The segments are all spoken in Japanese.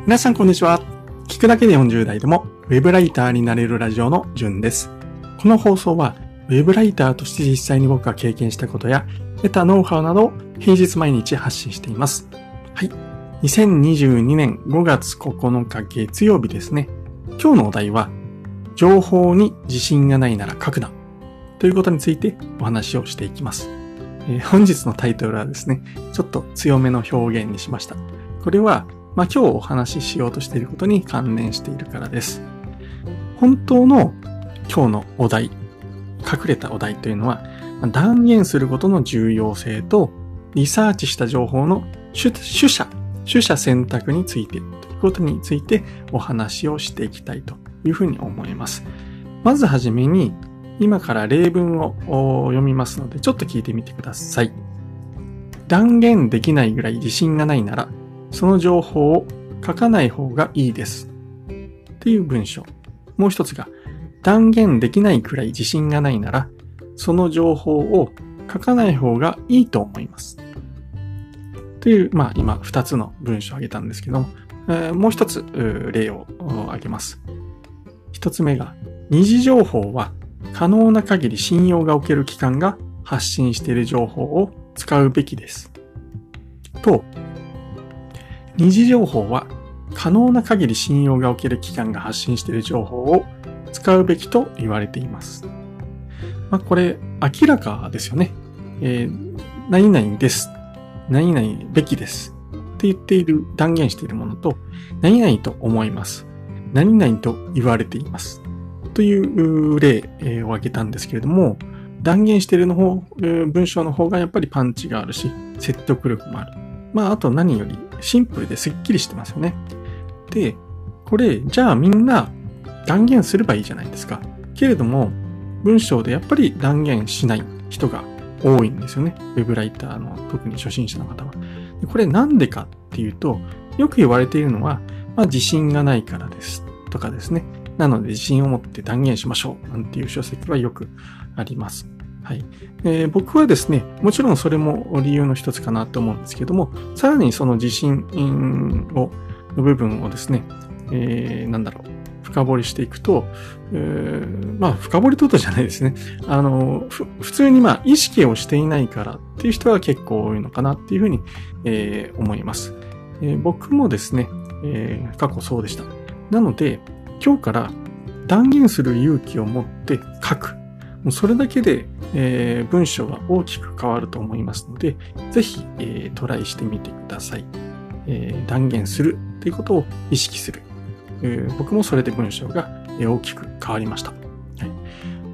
皆さんこんにちは。聞くだけで40代でもウェブライターになれるラジオのじゅんです。この放送はウェブライターとして実際に僕が経験したことや得たノウハウなどを平日毎日発信しています。はい。2022年5月9日月曜日ですね。今日のお題は情報に自信がないなら書くなということについてお話をしていきます。本日のタイトルはですね、ちょっと強めの表現にしました。これは今日お話ししようとしていることに関連しているからです。本当の今日のお題、隠れたお題というのは、断言することの重要性とリサーチした情報の取捨選択についてということについてお話をしていきたいというふうに思います。まずはじめに今から例文を読みますのでちょっと聞いてみてください。断言できないぐらい自信がないならその情報を書かない方がいいですっていう文章。もう一つが断言できないくらい自信がないならその情報を書かない方がいいと思いますという、今二つの文章を挙げたんですけども、もう一つ例を挙げます。一つ目が二次情報は可能な限り信用がおける機関が発信している情報を使うべきですと、二次情報は可能な限り信用がおける機関が発信している情報を使うべきと言われています。これ明らかですよね。何々です。何々べきです。って言っている、断言しているものと、何々と思います。何々と言われています。という例を挙げたんですけれども、断言している文章の方がやっぱりパンチがあるし、説得力もある。あと何よりシンプルでスッキリしてますよね。で、これ、じゃあみんな断言すればいいじゃないですか。けれども、文章でやっぱり断言しない人が多いんですよね。ウェブライターの特に初心者の方は。でこれなんでかっていうと、よく言われているのは、自信がないからですとかですね。なので自信を持って断言しましょうなんていう書籍はよくあります。はい。僕はですね、もちろんそれも理由の一つかなと思うんですけども、さらにその自信の部分をですね、深掘りしていくと、深掘りとじゃないですね。普通に意識をしていないからっていう人は結構多いのかなっていうふうに、思います。僕もですね、過去そうでした。なので、今日から断言する勇気を持って書く。もうそれだけで、文章が大きく変わると思いますので、ぜひ、トライしてみてください。断言するということを意識する。僕もそれで文章が大きく変わりました。はい、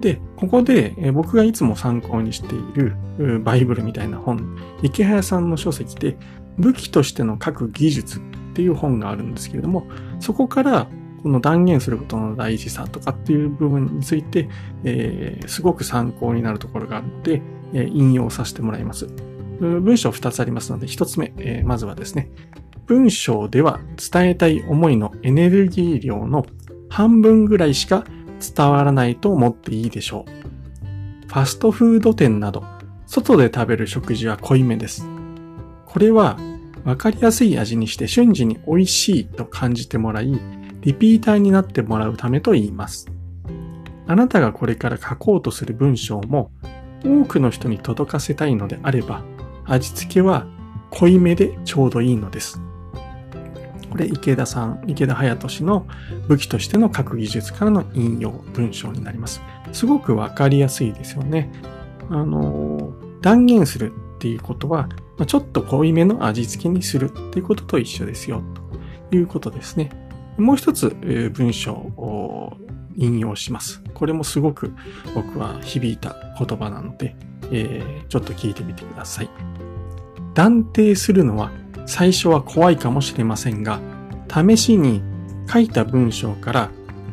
で、ここで僕がいつも参考にしているバイブルみたいな本、池早さんの書籍で武器としての書く技術っていう本があるんですけれども、そこからこの断言することの大事さとかっていう部分について、すごく参考になるところがあるので、引用させてもらいます。文章2つありますので、1つ目、まずはですね、文章では伝えたい思いのエネルギー量の半分ぐらいしか伝わらないと思っていいでしょう。ファストフード店など、外で食べる食事は濃いめです。これはわかりやすい味にして瞬時に美味しいと感じてもらい、リピーターになってもらうためと言います。あなたがこれから書こうとする文章も多くの人に届かせたいのであれば、味付けは濃いめでちょうどいいのです。これ池田隼人の武器としての書く技術からの引用文章になります。すごくわかりやすいですよね。断言するっていうことは、ちょっと濃いめの味付けにするっていうことと一緒ですよということですね。もう一つ文章を引用します。これもすごく僕は響いた言葉なので、ちょっと聞いてみてください。断定するのは最初は怖いかもしれませんが、試しに書いた文章から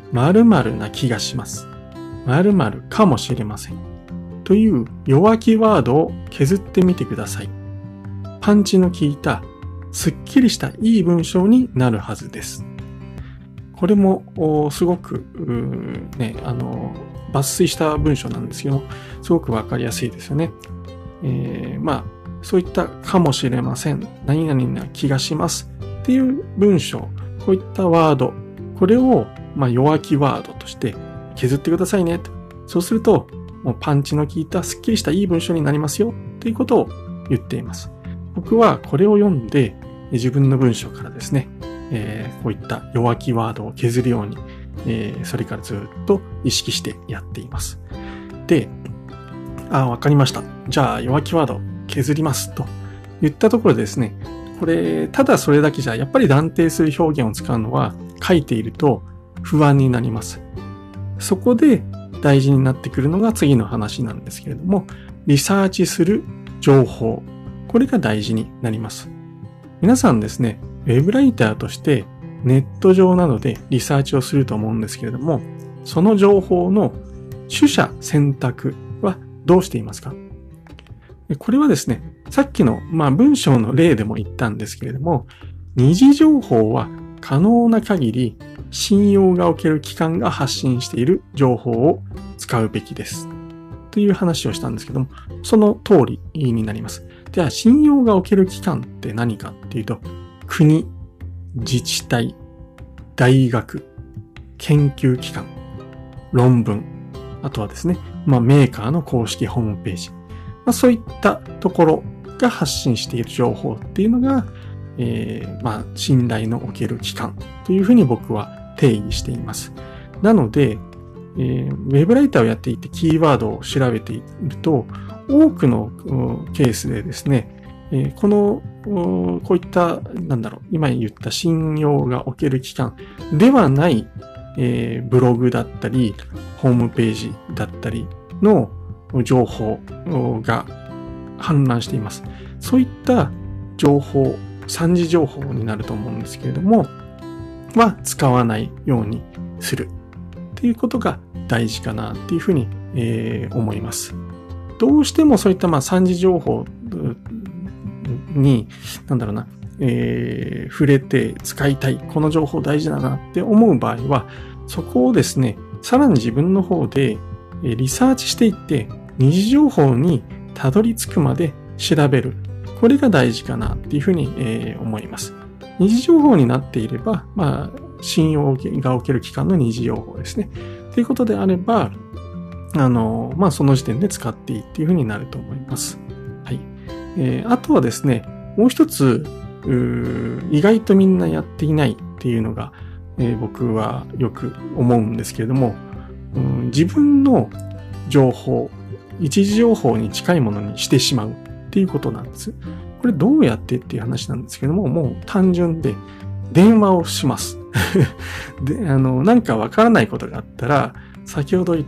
〇〇な気がします。〇〇かもしれません。という弱気ワードを削ってみてください。パンチの効いた、すっきりしたいい文章になるはずです。これもすごく抜粋した文章なんですけど、すごくわかりやすいですよね。そういったかもしれません、何々な気がしますっていう文章、 こういったワード、これを弱気ワードとして削ってくださいね。そうすると、もうパンチの効いたスッキリしたいい文章になりますよということを言っています。僕はこれを読んで自分の文章からですね、こういった弱気ワードを削るように、それからずっと意識してやっています。で、わかりました。じゃあ弱気ワード削りますと言ったところでですね、これ、ただそれだけじゃやっぱり断定する表現を使うのは書いていると不安になります。そこで大事になってくるのが次の話なんですけれども、リサーチする情報。これが大事になります。皆さんですね、ウェブライターとしてネット上などでリサーチをすると思うんですけれども、その情報の取捨選択はどうしていますか？これはですね、さっきの文章の例でも言ったんですけれども、二次情報は可能な限り信用がおける機関が発信している情報を使うべきです。という話をしたんですけども、その通りになります。では、信用がおける機関って何かっていうと、国、自治体、大学、研究機関、論文、あとはですね、メーカーの公式ホームページ、そういったところが発信している情報っていうのが、信頼のおける機関というふうに僕は定義しています。なので、ウェブライターをやっていてキーワードを調べていると、多くのケースでですね、こういった、今言った信用がおける機関ではない、ブログだったり、ホームページだったりの情報が氾濫しています。そういった情報、三次情報になると思うんですけれども、使わないようにするっていうことが大事かなっていうふうに、思います。どうしてもそういった三次情報に、触れて使いたい、この情報大事だなって思う場合は、そこをですね、さらに自分の方でリサーチしていって、二次情報にたどり着くまで調べる。これが大事かなっていうふうに、思います。二次情報になっていれば、信用がおける機関の二次情報ですね。ということであれば、その時点で使っていいっていうふうになると思います。はい。あとはですね、もう一つ、意外とみんなやっていないっていうのが、僕はよく思うんですけれども、自分の情報、一次情報に近いものにしてしまうっていうことなんです。これどうやってっていう話なんですけども、もう単純で電話をします。で、なんかわからないことがあったら、先ほど言った、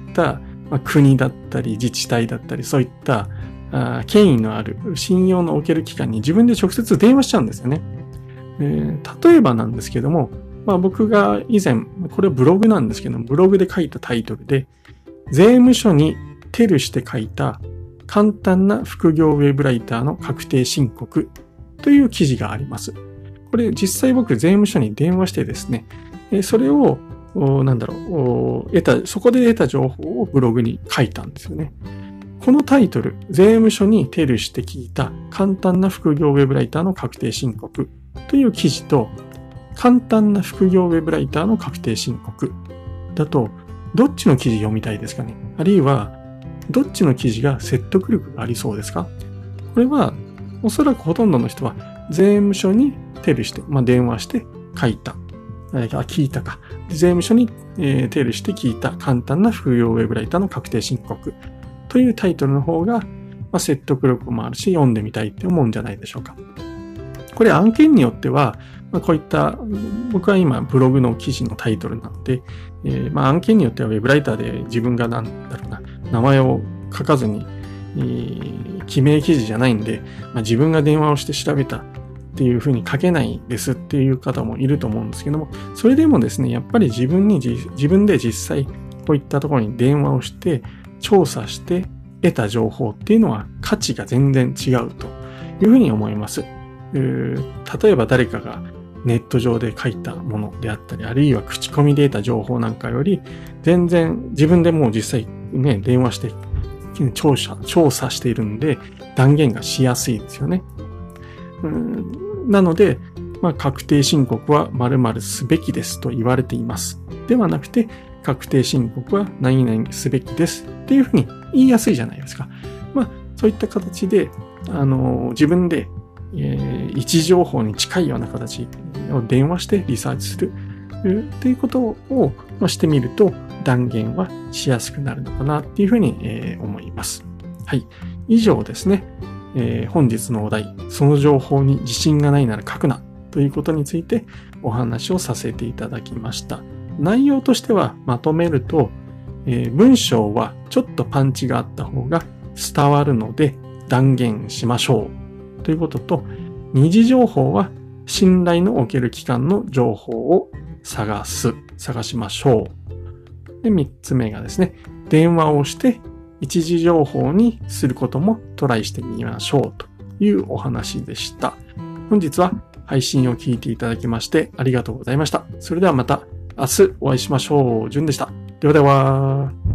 国だったり自治体だったりそういった権威のある信用のおける機関に自分で直接電話しちゃうんですよね。例えばなんですけども、僕が以前、これブログなんですけども、ブログで書いたタイトルで、税務署にテルして書いた簡単な副業ウェブライターの確定申告という記事があります。これ実際僕税務署に電話してですね、それをそこで得た情報をブログに書いたんですよね。このタイトル、税務署にテルして聞いた簡単な副業ウェブライターの確定申告という記事と、簡単な副業ウェブライターの確定申告だと、どっちの記事読みたいですかね？あるいは、どっちの記事が説得力がありそうですか？これは、おそらくほとんどの人は、税務署にテルして、電話して聞いたか。税務署にテルして聞いた簡単な副業ウェブライターの確定申告というタイトルの方が、説得力もあるし、読んでみたいって思うんじゃないでしょうか。これ案件によっては、こういった、僕は今ブログの記事のタイトルなので、案件によってはウェブライターで自分が名前を書かずに、記名記事じゃないんで、自分が電話をして調べたっていうふうに書けないですっていう方もいると思うんですけども、それでもですね、やっぱり自分で実際こういったところに電話をして調査して得た情報っていうのは価値が全然違うというふうに思います。例えば誰かがネット上で書いたものであったり、あるいは口コミで得た情報なんかより、全然自分でもう実際ね、電話して調査しているんで断言がしやすいですよね。なので、 確定申告は〇〇すべきですと言われています。ではなくて、確定申告は何々すべきですっていうふうに言いやすいじゃないですか。そういった形で、自分で、位置情報に近いような形を電話してリサーチするっていうことをしてみると断言はしやすくなるのかなっていうふうに思います。はい。以上ですね。本日のお題、その情報に自信がないなら書くなということについてお話をさせていただきました。内容としてはまとめると、文章はちょっとパンチがあった方が伝わるので断言しましょうということと、二次情報は信頼のおける機関の情報を探しましょう。で、三つ目がですね、電話をして一次情報にすることもトライしてみましょうというお話でした。本日は配信を聞いていただきましてありがとうございました。それではまた明日お会いしましょう。じゅんでした。ではでは。